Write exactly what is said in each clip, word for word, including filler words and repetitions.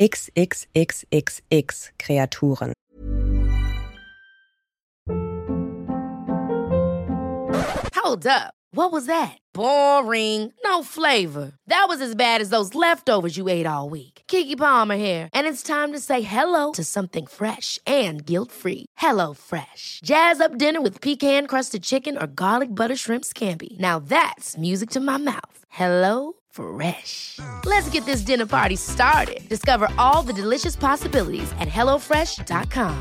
X X X X X Kreaturen. Hold up. What was that? Boring. No flavor. That was as bad as those leftovers you ate all week. Keke Palmer here, and it's time to say hello to something fresh and guilt-free. Hello Fresh. Jazz up dinner with pecan-crusted chicken or garlic butter shrimp scampi. Now that's music to my mouth. Hello Fresh. Let's get this dinner party started. Discover all the delicious possibilities at hello fresh dot com.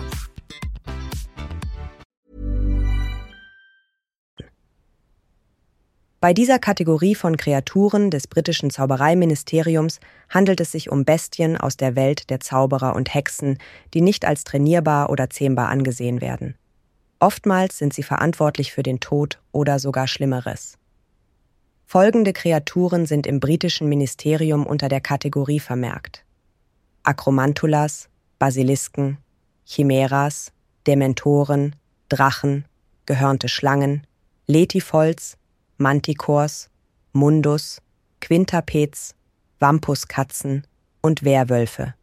Bei dieser Kategorie von Kreaturen des britischen Zaubereiministeriums handelt es sich um Bestien aus der Welt der Zauberer und Hexen, die nicht als trainierbar oder zähmbar angesehen werden. Oftmals sind sie verantwortlich für den Tod oder sogar Schlimmeres. Folgende Kreaturen sind im britischen Ministerium unter der Kategorie vermerkt: Akromantulas, Basilisken, Chimäras, Dementoren, Drachen, gehörnte Schlangen, Letifols, Manticores, Mundus, Quintapets, Vampuskatzen und Werwölfe.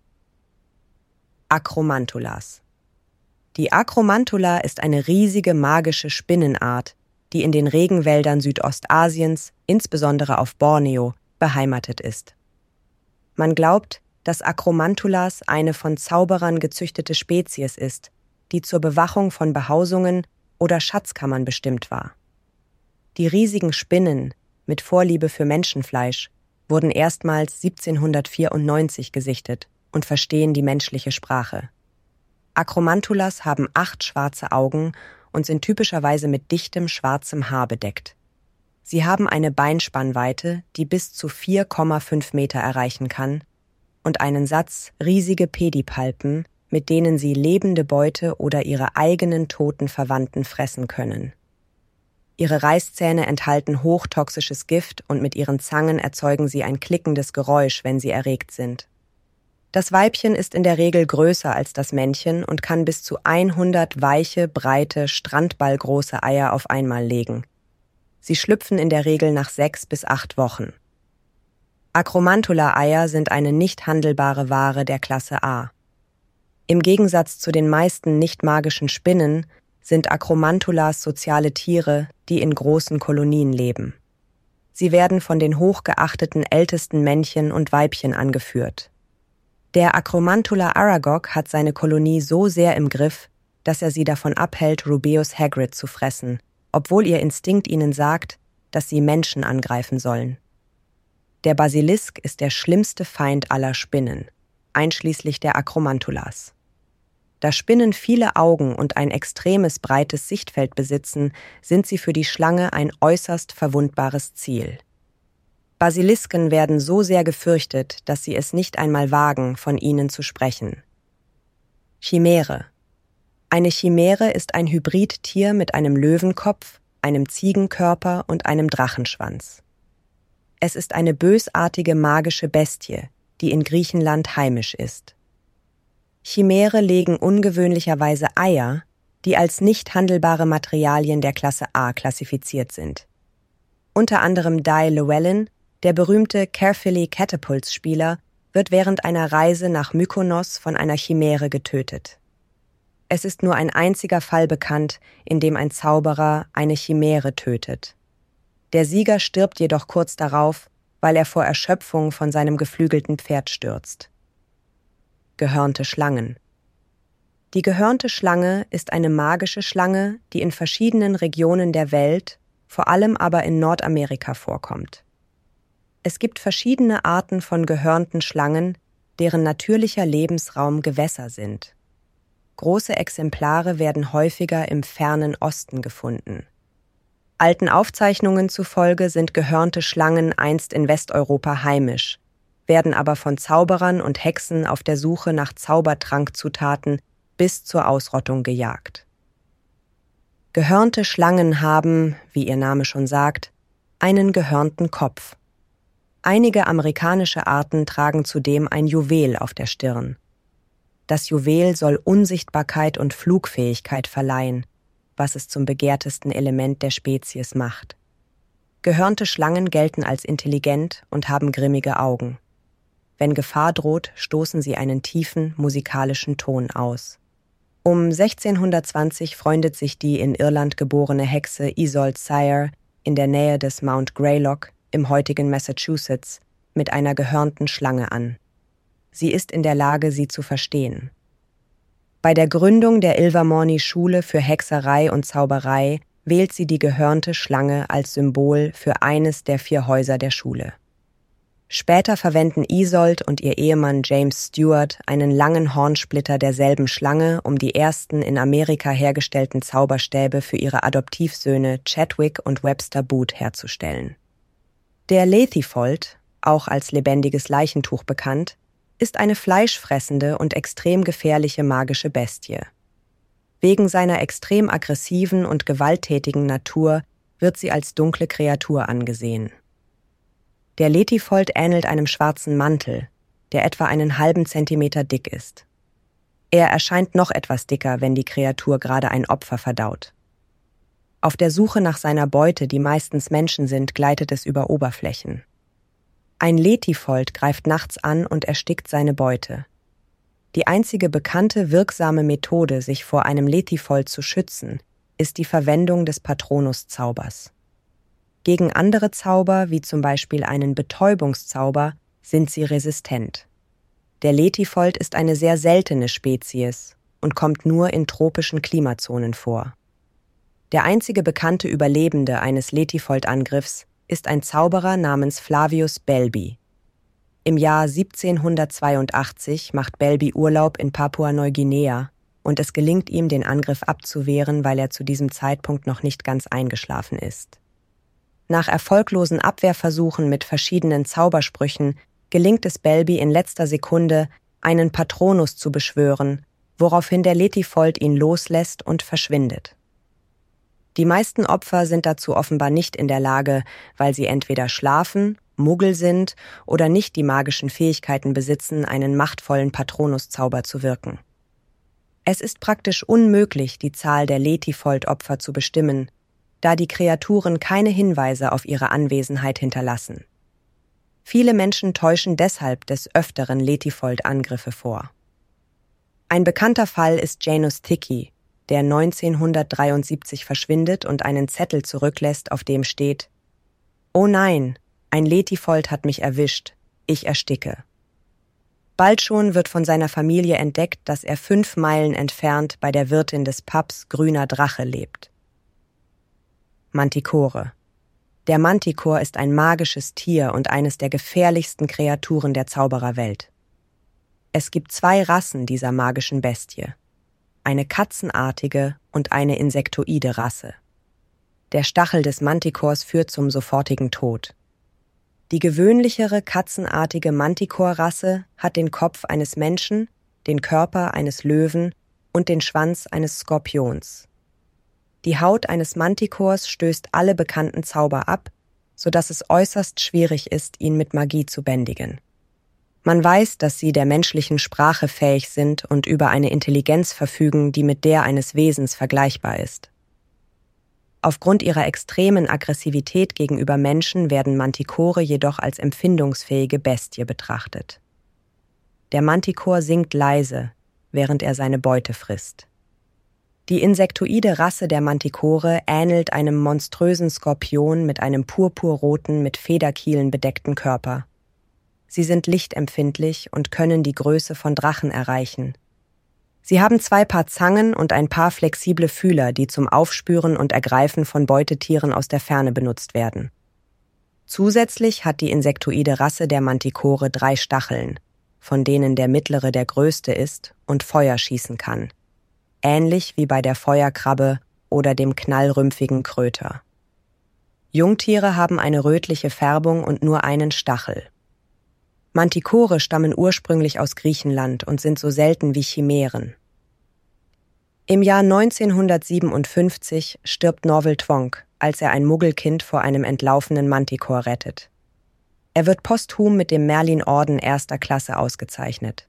Akromantulas. Die Akromantula ist eine riesige magische Spinnenart, die in den Regenwäldern Südostasiens, insbesondere auf Borneo, beheimatet ist. Man glaubt, dass Akromantulas eine von Zauberern gezüchtete Spezies ist, die zur Bewachung von Behausungen oder Schatzkammern bestimmt war. Die riesigen Spinnen, mit Vorliebe für Menschenfleisch, wurden erstmals siebzehnhundertvierundneunzig gesichtet und verstehen die menschliche Sprache. Akromantulas haben acht schwarze Augen und sind typischerweise mit dichtem schwarzem Haar bedeckt. Sie haben eine Beinspannweite, die bis zu vier Komma fünf Meter erreichen kann, und einen Satz riesige Pedipalpen, mit denen sie lebende Beute oder ihre eigenen toten Verwandten fressen können. Ihre Reißzähne enthalten hochtoxisches Gift und mit ihren Zangen erzeugen sie ein klickendes Geräusch, wenn sie erregt sind. Das Weibchen ist in der Regel größer als das Männchen und kann bis zu hundert weiche, breite, strandballgroße Eier auf einmal legen. Sie schlüpfen in der Regel nach sechs bis acht Wochen. Akromantula-Eier sind eine nicht handelbare Ware der Klasse A. Im Gegensatz zu den meisten nicht magischen Spinnen sind Akromantulas soziale Tiere, die in großen Kolonien leben. Sie werden von den hochgeachteten ältesten Männchen und Weibchen angeführt. Der Akromantula Aragog hat seine Kolonie so sehr im Griff, dass er sie davon abhält, Rubeus Hagrid zu fressen, obwohl ihr Instinkt ihnen sagt, dass sie Menschen angreifen sollen. Der Basilisk ist der schlimmste Feind aller Spinnen, einschließlich der Akromantulas. Da Spinnen viele Augen und ein extremes breites Sichtfeld besitzen, sind sie für die Schlange ein äußerst verwundbares Ziel. Basilisken werden so sehr gefürchtet, dass sie es nicht einmal wagen, von ihnen zu sprechen. Chimäre. Eine Chimäre ist ein Hybridtier mit einem Löwenkopf, einem Ziegenkörper und einem Drachenschwanz. Es ist eine bösartige magische Bestie, die in Griechenland heimisch ist. Chimäre legen ungewöhnlicherweise Eier, die als nicht handelbare Materialien der Klasse A klassifiziert sind. Unter anderem Dai Llewellyn, der berühmte Caerphilly Catapults-Spieler, wird während einer Reise nach Mykonos von einer Chimäre getötet. Es ist nur ein einziger Fall bekannt, in dem ein Zauberer eine Chimäre tötet. Der Sieger stirbt jedoch kurz darauf, weil er vor Erschöpfung von seinem geflügelten Pferd stürzt. Gehörnte Schlangen. Die gehörnte Schlange ist eine magische Schlange, die in verschiedenen Regionen der Welt, vor allem aber in Nordamerika vorkommt. Es gibt verschiedene Arten von gehörnten Schlangen, deren natürlicher Lebensraum Gewässer sind. Große Exemplare werden häufiger im fernen Osten gefunden. Alten Aufzeichnungen zufolge sind gehörnte Schlangen einst in Westeuropa heimisch, werden aber von Zauberern und Hexen auf der Suche nach Zaubertrankzutaten bis zur Ausrottung gejagt. Gehörnte Schlangen haben, wie ihr Name schon sagt, einen gehörnten Kopf. Einige amerikanische Arten tragen zudem ein Juwel auf der Stirn. Das Juwel soll Unsichtbarkeit und Flugfähigkeit verleihen, was es zum begehrtesten Element der Spezies macht. Gehörnte Schlangen gelten als intelligent und haben grimmige Augen. Wenn Gefahr droht, stoßen sie einen tiefen musikalischen Ton aus. Um sechzehnhundertzwanzig freundet sich die in Irland geborene Hexe Isolde Sayre in der Nähe des Mount Greylock im heutigen Massachusetts mit einer gehörnten Schlange an. Sie ist in der Lage, sie zu verstehen. Bei der Gründung der Ilvermorny-Schule für Hexerei und Zauberei wählt sie die gehörnte Schlange als Symbol für eines der vier Häuser der Schule. Später verwenden Isolde und ihr Ehemann James Stewart einen langen Hornsplitter derselben Schlange, um die ersten in Amerika hergestellten Zauberstäbe für ihre Adoptivsöhne Chadwick und Webster Booth herzustellen. Der Lethifold, auch als lebendiges Leichentuch bekannt, ist eine fleischfressende und extrem gefährliche magische Bestie. Wegen seiner extrem aggressiven und gewalttätigen Natur wird sie als dunkle Kreatur angesehen. Der Lethifold ähnelt einem schwarzen Mantel, der etwa einen halben Zentimeter dick ist. Er erscheint noch etwas dicker, wenn die Kreatur gerade ein Opfer verdaut. Auf der Suche nach seiner Beute, die meistens Menschen sind, gleitet es über Oberflächen. Ein Lethifold greift nachts an und erstickt seine Beute. Die einzige bekannte wirksame Methode, sich vor einem Lethifold zu schützen, ist die Verwendung des Patronus-Zaubers. Gegen andere Zauber, wie zum Beispiel einen Betäubungszauber, sind sie resistent. Der Lethifold ist eine sehr seltene Spezies und kommt nur in tropischen Klimazonen vor. Der einzige bekannte Überlebende eines Lethifold-Angriffs ist ein Zauberer namens Flavius Belby. Im Jahr siebzehnhundertzweiundachtzig macht Belby Urlaub in Papua-Neuguinea und es gelingt ihm, den Angriff abzuwehren, weil er zu diesem Zeitpunkt noch nicht ganz eingeschlafen ist. Nach erfolglosen Abwehrversuchen mit verschiedenen Zaubersprüchen gelingt es Belby in letzter Sekunde, einen Patronus zu beschwören, woraufhin der Lethifold ihn loslässt und verschwindet. Die meisten Opfer sind dazu offenbar nicht in der Lage, weil sie entweder schlafen, Muggel sind oder nicht die magischen Fähigkeiten besitzen, einen machtvollen Patronuszauber zu wirken. Es ist praktisch unmöglich, die Zahl der Lethifold-Opfer zu bestimmen, da die Kreaturen keine Hinweise auf ihre Anwesenheit hinterlassen. Viele Menschen täuschen deshalb des Öfteren Lethifold-Angriffe vor. Ein bekannter Fall ist Janus Thicky, der neunzehnhundertdreiundsiebzig verschwindet und einen Zettel zurücklässt, auf dem steht: »Oh nein, ein Lethifold hat mich erwischt, ich ersticke.« Bald schon wird von seiner Familie entdeckt, dass er fünf Meilen entfernt bei der Wirtin des Pubs Grüner Drache lebt. Mantikore. Der Manticore ist ein magisches Tier und eines der gefährlichsten Kreaturen der Zaubererwelt. Es gibt zwei Rassen dieser magischen Bestie: eine katzenartige und eine insektoide Rasse. Der Stachel des Manticores führt zum sofortigen Tod. Die gewöhnlichere katzenartige Manticore-Rasse hat den Kopf eines Menschen, den Körper eines Löwen und den Schwanz eines Skorpions. Die Haut eines Manticores stößt alle bekannten Zauber ab, sodass es äußerst schwierig ist, ihn mit Magie zu bändigen. Man weiß, dass sie der menschlichen Sprache fähig sind und über eine Intelligenz verfügen, die mit der eines Wesens vergleichbar ist. Aufgrund ihrer extremen Aggressivität gegenüber Menschen werden Manticore jedoch als empfindungsfähige Bestie betrachtet. Der Manticore singt leise, während er seine Beute frisst. Die insektoide Rasse der Manticore ähnelt einem monströsen Skorpion mit einem purpurroten, mit Federkielen bedeckten Körper. Sie sind lichtempfindlich und können die Größe von Drachen erreichen. Sie haben zwei Paar Zangen und ein paar flexible Fühler, die zum Aufspüren und Ergreifen von Beutetieren aus der Ferne benutzt werden. Zusätzlich hat die insektoide Rasse der Manticore drei Stacheln, von denen der mittlere der größte ist und Feuer schießen kann. Ähnlich wie bei der Feuerkrabbe oder dem knallrümpfigen Kröter. Jungtiere haben eine rötliche Färbung und nur einen Stachel. Manticore stammen ursprünglich aus Griechenland und sind so selten wie Chimären. Im Jahr neunzehnhundertsiebenundfünfzig stirbt Norval Twonk, als er ein Muggelkind vor einem entlaufenen Manticore rettet. Er wird posthum mit dem Merlin-Orden erster Klasse ausgezeichnet.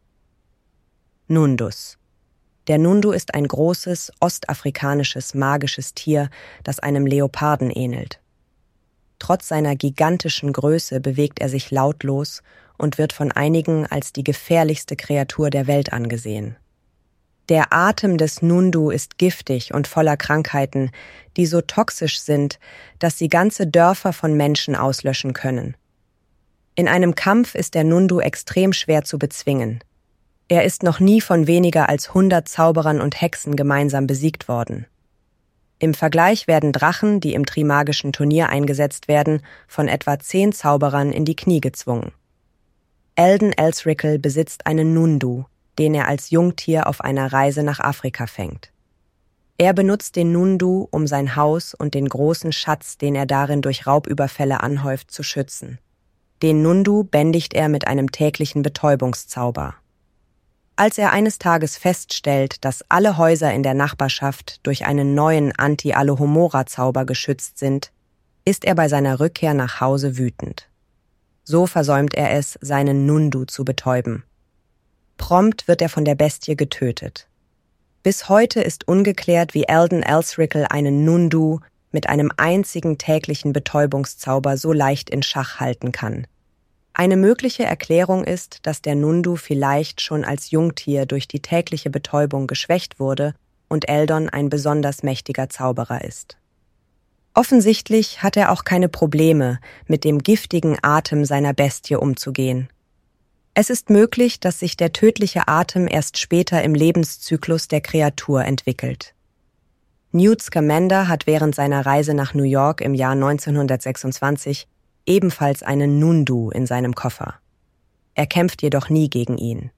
Nundus. Der Nundu ist ein großes, ostafrikanisches, magisches Tier, das einem Leoparden ähnelt. Trotz seiner gigantischen Größe bewegt er sich lautlos und wird von einigen als die gefährlichste Kreatur der Welt angesehen. Der Atem des Nundu ist giftig und voller Krankheiten, die so toxisch sind, dass sie ganze Dörfer von Menschen auslöschen können. In einem Kampf ist der Nundu extrem schwer zu bezwingen. Er ist noch nie von weniger als hundert Zauberern und Hexen gemeinsam besiegt worden. Im Vergleich werden Drachen, die im Trimagischen Turnier eingesetzt werden, von etwa zehn Zauberern in die Knie gezwungen. Eldon Elsrickle besitzt einen Nundu, den er als Jungtier auf einer Reise nach Afrika fängt. Er benutzt den Nundu, um sein Haus und den großen Schatz, den er darin durch Raubüberfälle anhäuft, zu schützen. Den Nundu bändigt er mit einem täglichen Betäubungszauber. Als er eines Tages feststellt, dass alle Häuser in der Nachbarschaft durch einen neuen Anti-Alohomora-Zauber geschützt sind, ist er bei seiner Rückkehr nach Hause wütend. So versäumt er es, seinen Nundu zu betäuben. Prompt wird er von der Bestie getötet. Bis heute ist ungeklärt, wie Eldon Elsrickle einen Nundu mit einem einzigen täglichen Betäubungszauber so leicht in Schach halten kann. Eine mögliche Erklärung ist, dass der Nundu vielleicht schon als Jungtier durch die tägliche Betäubung geschwächt wurde und Eldon ein besonders mächtiger Zauberer ist. Offensichtlich hat er auch keine Probleme, mit dem giftigen Atem seiner Bestie umzugehen. Es ist möglich, dass sich der tödliche Atem erst später im Lebenszyklus der Kreatur entwickelt. Newt Scamander hat während seiner Reise nach New York im Jahr neunzehnhundertsechsundzwanzig ebenfalls einen Nundu in seinem Koffer. Er kämpft jedoch nie gegen ihn.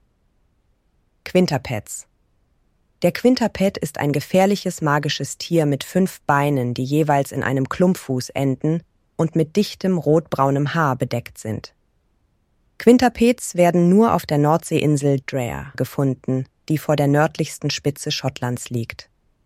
Quinterpets. Der Quinterpet ist ein gefährliches magisches Tier mit fünf Beinen, die jeweils in einem Klumpfuß enden und mit dichtem rotbraunem Haar bedeckt sind. Quinterpets werden nur auf der Nordseeinsel Dreher gefunden, die vor der nördlichsten Spitze Schottlands liegt.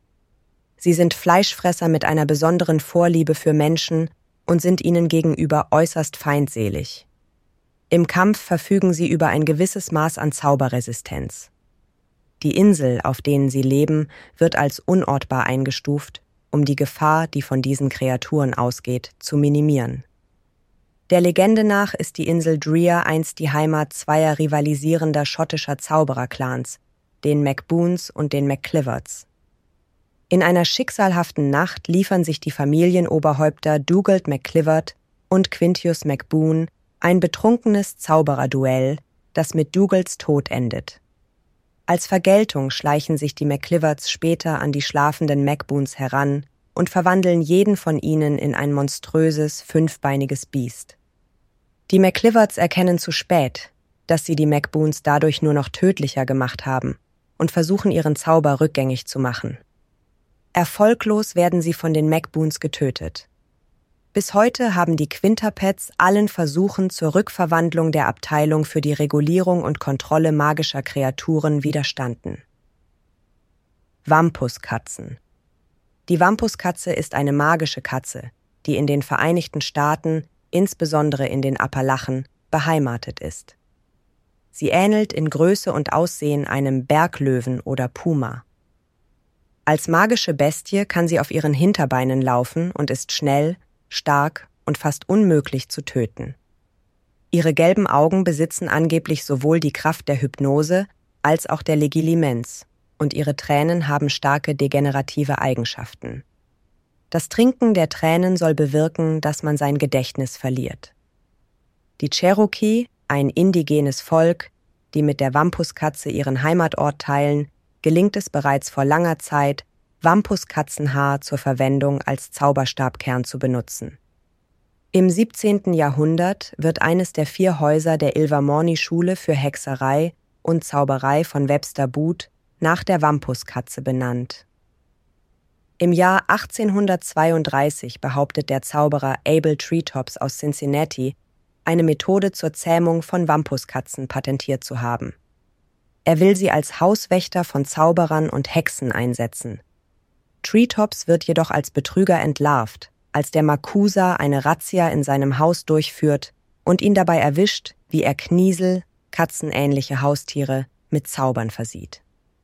Sie sind Fleischfresser mit einer besonderen Vorliebe für Menschen und sind ihnen gegenüber äußerst feindselig. Im Kampf verfügen sie über ein gewisses Maß an Zauberresistenz. Die Insel, auf denen sie leben, wird als unortbar eingestuft, um die Gefahr, die von diesen Kreaturen ausgeht, zu minimieren. Der Legende nach ist die Insel Dreher einst die Heimat zweier rivalisierender schottischer Zaubererclans, den MacBoons und den MacCliverts. In einer schicksalhaften Nacht liefern sich die Familienoberhäupter Dugald MacClivert und Quintius MacBoon ein betrunkenes Zaubererduell, das mit Dugalds Tod endet. Als Vergeltung schleichen sich die MacCliverts später an die schlafenden MacBoons heran und verwandeln jeden von ihnen in ein monströses, fünfbeiniges Biest. Die MacCliverts erkennen zu spät, dass sie die MacBoons dadurch nur noch tödlicher gemacht haben und versuchen ihren Zauber rückgängig zu machen. Erfolglos werden sie von den MacBoons getötet. Bis heute haben die Quinterpets allen Versuchen zur Rückverwandlung der Abteilung für die Regulierung und Kontrolle magischer Kreaturen widerstanden. Wampuskatzen. Die Wampuskatze ist eine magische Katze, die in den Vereinigten Staaten, insbesondere in den Appalachen, beheimatet ist. Sie ähnelt in Größe und Aussehen einem Berglöwen oder Puma. Als magische Bestie kann sie auf ihren Hinterbeinen laufen und ist schnell, stark und fast unmöglich zu töten. Ihre gelben Augen besitzen angeblich sowohl die Kraft der Hypnose als auch der Legilimens und ihre Tränen haben starke degenerative Eigenschaften. Das Trinken der Tränen soll bewirken, dass man sein Gedächtnis verliert. Die Cherokee, ein indigenes Volk, die mit der Wampuskatze ihren Heimatort teilen, gelingt es bereits vor langer Zeit, Wampuskatzenhaar zur Verwendung als Zauberstabkern zu benutzen. Im siebzehnten Jahrhundert wird eines der vier Häuser der Ilvermorny-Schule für Hexerei und Zauberei von Webster Booth nach der Wampuskatze benannt. Im Jahr achtzehnhundertzweiunddreißig behauptet der Zauberer Abel Treetops aus Cincinnati, eine Methode zur Zähmung von Wampuskatzen patentiert zu haben. Er will sie als Hauswächter von Zauberern und Hexen einsetzen. Treetops wird jedoch als Betrüger entlarvt, als der Makusa eine Razzia in seinem Haus durchführt und ihn dabei erwischt, wie er Kniesel, katzenähnliche Haustiere, mit Zaubern versieht.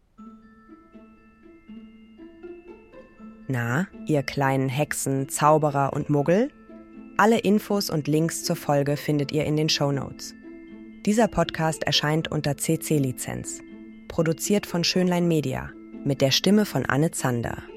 Na, ihr kleinen Hexen, Zauberer und Muggel? Alle Infos und Links zur Folge findet ihr in den Shownotes. Dieser Podcast erscheint unter C C-Lizenz. Produziert von Schönlein Media mit der Stimme von Anne Zander.